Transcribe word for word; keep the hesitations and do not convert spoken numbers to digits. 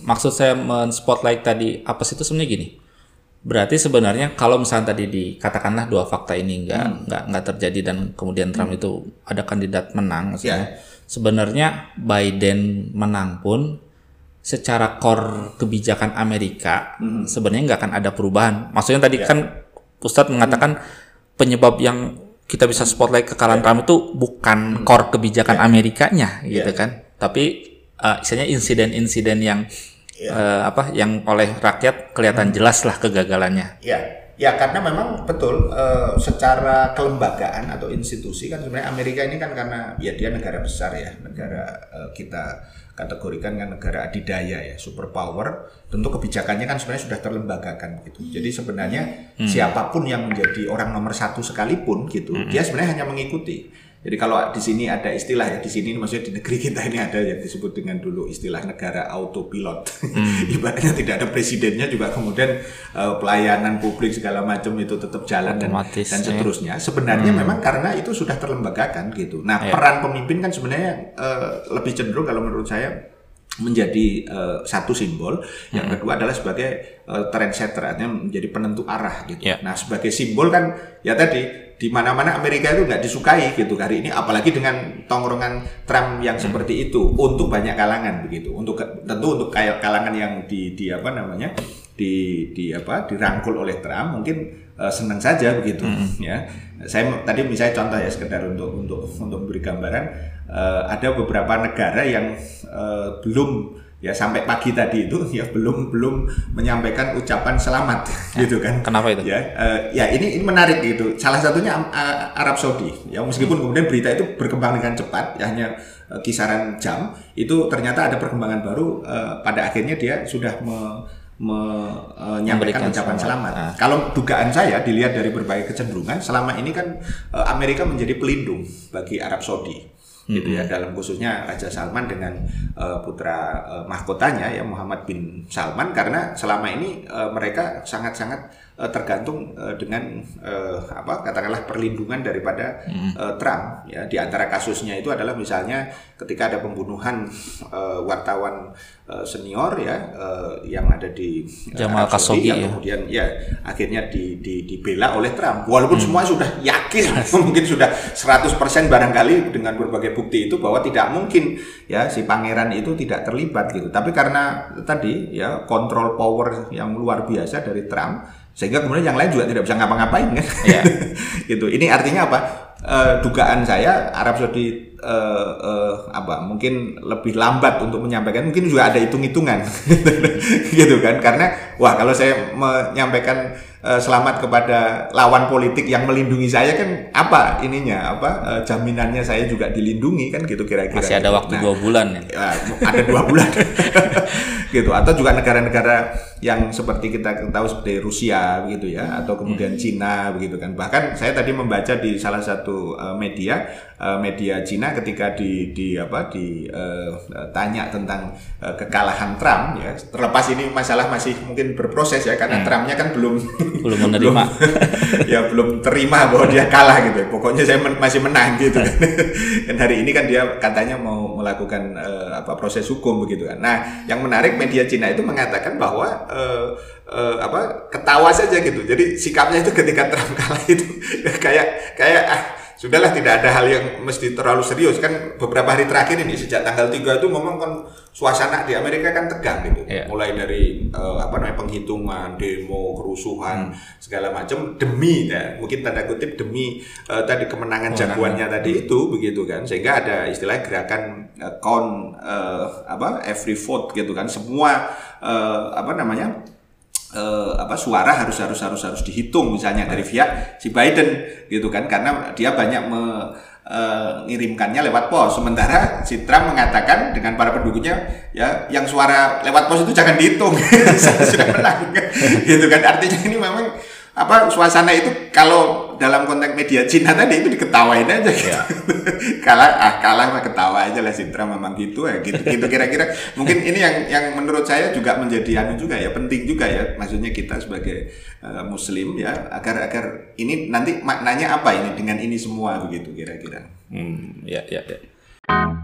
maksud saya men-spotlight tadi apes itu sebenarnya gini. Berarti sebenarnya kalau misalnya tadi dikatakanlah dua fakta ini nggak hmm. nggak nggak terjadi dan kemudian Trump hmm. itu ada kandidat menang, maksudnya yeah. sebenarnya Biden menang pun secara core kebijakan Amerika hmm. sebenarnya nggak akan ada perubahan. Maksudnya tadi yeah. kan Ustadz mengatakan hmm. penyebab yang kita bisa spotlight kekalahan yeah. Trump itu bukan hmm. core kebijakan yeah. Amerikanya gitu yeah. kan, tapi uh, istilahnya insiden-insiden yang ya. uh, apa yang oleh rakyat kelihatan hmm. jelas lah kegagalannya. Ya, ya karena memang betul uh, secara kelembagaan atau institusi kan sebenarnya Amerika ini kan karena ya dia negara besar ya, negara uh, kita kategorikan kan negara adidaya ya, superpower. Tentu kebijakannya kan sebenarnya sudah terlembagakan gitu. Jadi sebenarnya hmm. siapapun yang menjadi orang nomor satu sekalipun gitu, hmm. dia sebenarnya hanya mengikuti. Jadi kalau di sini ada istilah ya, di sini maksudnya di negeri kita ini ada yang disebut dengan dulu istilah negara autopilot. Hmm. Ibaratnya tidak ada presidennya juga kemudian uh, pelayanan publik segala macam itu tetap jalan dan, dan seterusnya. Sebenarnya hmm. memang karena itu sudah terlembagakan gitu. Nah, ya. peran pemimpin kan sebenarnya uh, lebih cenderung kalau menurut saya menjadi uh, satu simbol, yang hmm. kedua adalah sebagai uh, trendsetter, artinya menjadi penentu arah gitu. Yeah. Nah, sebagai simbol kan ya tadi di mana-mana Amerika itu nggak disukai gitu hari ini, apalagi dengan tongkrongan Trump yang hmm. seperti itu untuk banyak kalangan begitu. Untuk tentu untuk kalangan yang di, di apa namanya di di apa dirangkul oleh Trump mungkin uh, senang saja begitu hmm. ya. Saya tadi misalnya contoh ya sekedar untuk untuk untuk memberi gambaran, uh, ada beberapa negara yang uh, belum ya sampai pagi tadi itu ya belum belum menyampaikan ucapan selamat ya, gitu kan. Kenapa itu? Ya, uh, ya ini ini menarik gitu. Salah satunya uh, Arab Saudi. Ya meskipun hmm. kemudian berita itu berkembang dengan cepat, ya hanya uh, kisaran jam, itu ternyata ada perkembangan baru. Uh, pada akhirnya dia sudah me, menyampaikan ucapan selamat. selamat. Nah. Kalau dugaan saya dilihat dari berbagai kecenderungan, selama ini kan uh, Amerika menjadi pelindung bagi Arab Saudi. Gitu ya, dalam khususnya Raja Salman dengan uh, putra uh, mahkotanya ya Muhammad bin Salman, karena selama ini uh, mereka sangat-sangat uh, tergantung uh, dengan uh, apa katakanlah perlindungan daripada uh, Trump ya. Di antara kasusnya itu adalah misalnya ketika ada pembunuhan uh, wartawan uh, senior ya uh, yang ada di uh, Jamal Khashoggi yang kemudian ya akhirnya di, di, dibela oleh Trump walaupun hmm. semua sudah yakin mungkin sudah seratus persen barangkali dengan berbagai bukti itu bahwa tidak mungkin ya si pangeran itu tidak terlibat gitu. Tapi karena tadi ya kontrol power yang luar biasa dari Trump sehingga kemudian yang lain juga tidak bisa ngapa-ngapain kan. Ya. Gitu. Ini artinya apa? Uh, dugaan saya Arab Saudi uh, uh, apa mungkin lebih lambat untuk menyampaikan, mungkin juga ada hitung-hitungan gitu kan, karena wah kalau saya menyampaikan uh, selamat kepada lawan politik yang melindungi saya kan apa ininya apa uh, jaminannya saya juga dilindungi kan gitu kira-kira. Masih ada gitu. waktu Nah, dua bulan ya. Uh, ada dua bulan gitu, atau juga negara-negara yang seperti kita tahu seperti Rusia begitu ya, atau kemudian hmm. Cina begitu kan. Bahkan saya tadi membaca di salah satu uh, media uh, media Cina ketika di di apa di uh, tanya tentang uh, kekalahan Trump ya, terlepas ini masalah masih mungkin berproses ya karena hmm. Trumpnya kan belum belum menerima ya belum terima bahwa dia kalah gitu. Pokoknya saya men masih menang gitu kan. Dan hari ini kan dia katanya mau melakukan uh, apa proses hukum begitu kan. Nah, yang menarik media Cina itu mengatakan bahwa Uh, uh, apa ketawa saja gitu. Jadi sikapnya itu ketika Trump kalah itu kayak kayak ah sudahlah, tidak ada hal yang mesti terlalu serius kan. Beberapa hari terakhir ini sejak tanggal tiga itu memang kan suasana di Amerika kan tegang gitu. Yeah. Mulai dari uh, apa namanya penghitungan, demo, kerusuhan hmm. segala macam demi ya, mungkin tanda kutip demi uh, tadi kemenangan oh, jagoannya nah. tadi itu begitu kan. Sehingga ada istilah gerakan uh, count uh, apa every vote gitu kan. Semua uh, apa namanya Uh, apa suara harus harus harus harus dihitung misalnya dari pihak si Biden gitu kan, karena dia banyak mengirimkannya uh, lewat pos, sementara si Trump mengatakan dengan para pendukungnya ya yang suara lewat pos itu jangan dihitung sudah menang gitu kan. Artinya ini memang apa suasana itu kalau dalam konteks media Cina tadi itu diketawain aja gitu. Ya. kalah ah kalah mah ketawa aja lah, si Trump memang gitu ya gitu gitu kira-kira. Mungkin ini yang yang menurut saya juga menjadi anu juga ya, penting juga ya, maksudnya kita sebagai uh, muslim ya, agar agar ini nanti maknanya apa ini dengan ini semua begitu kira-kira. Hmm, ya ya ya.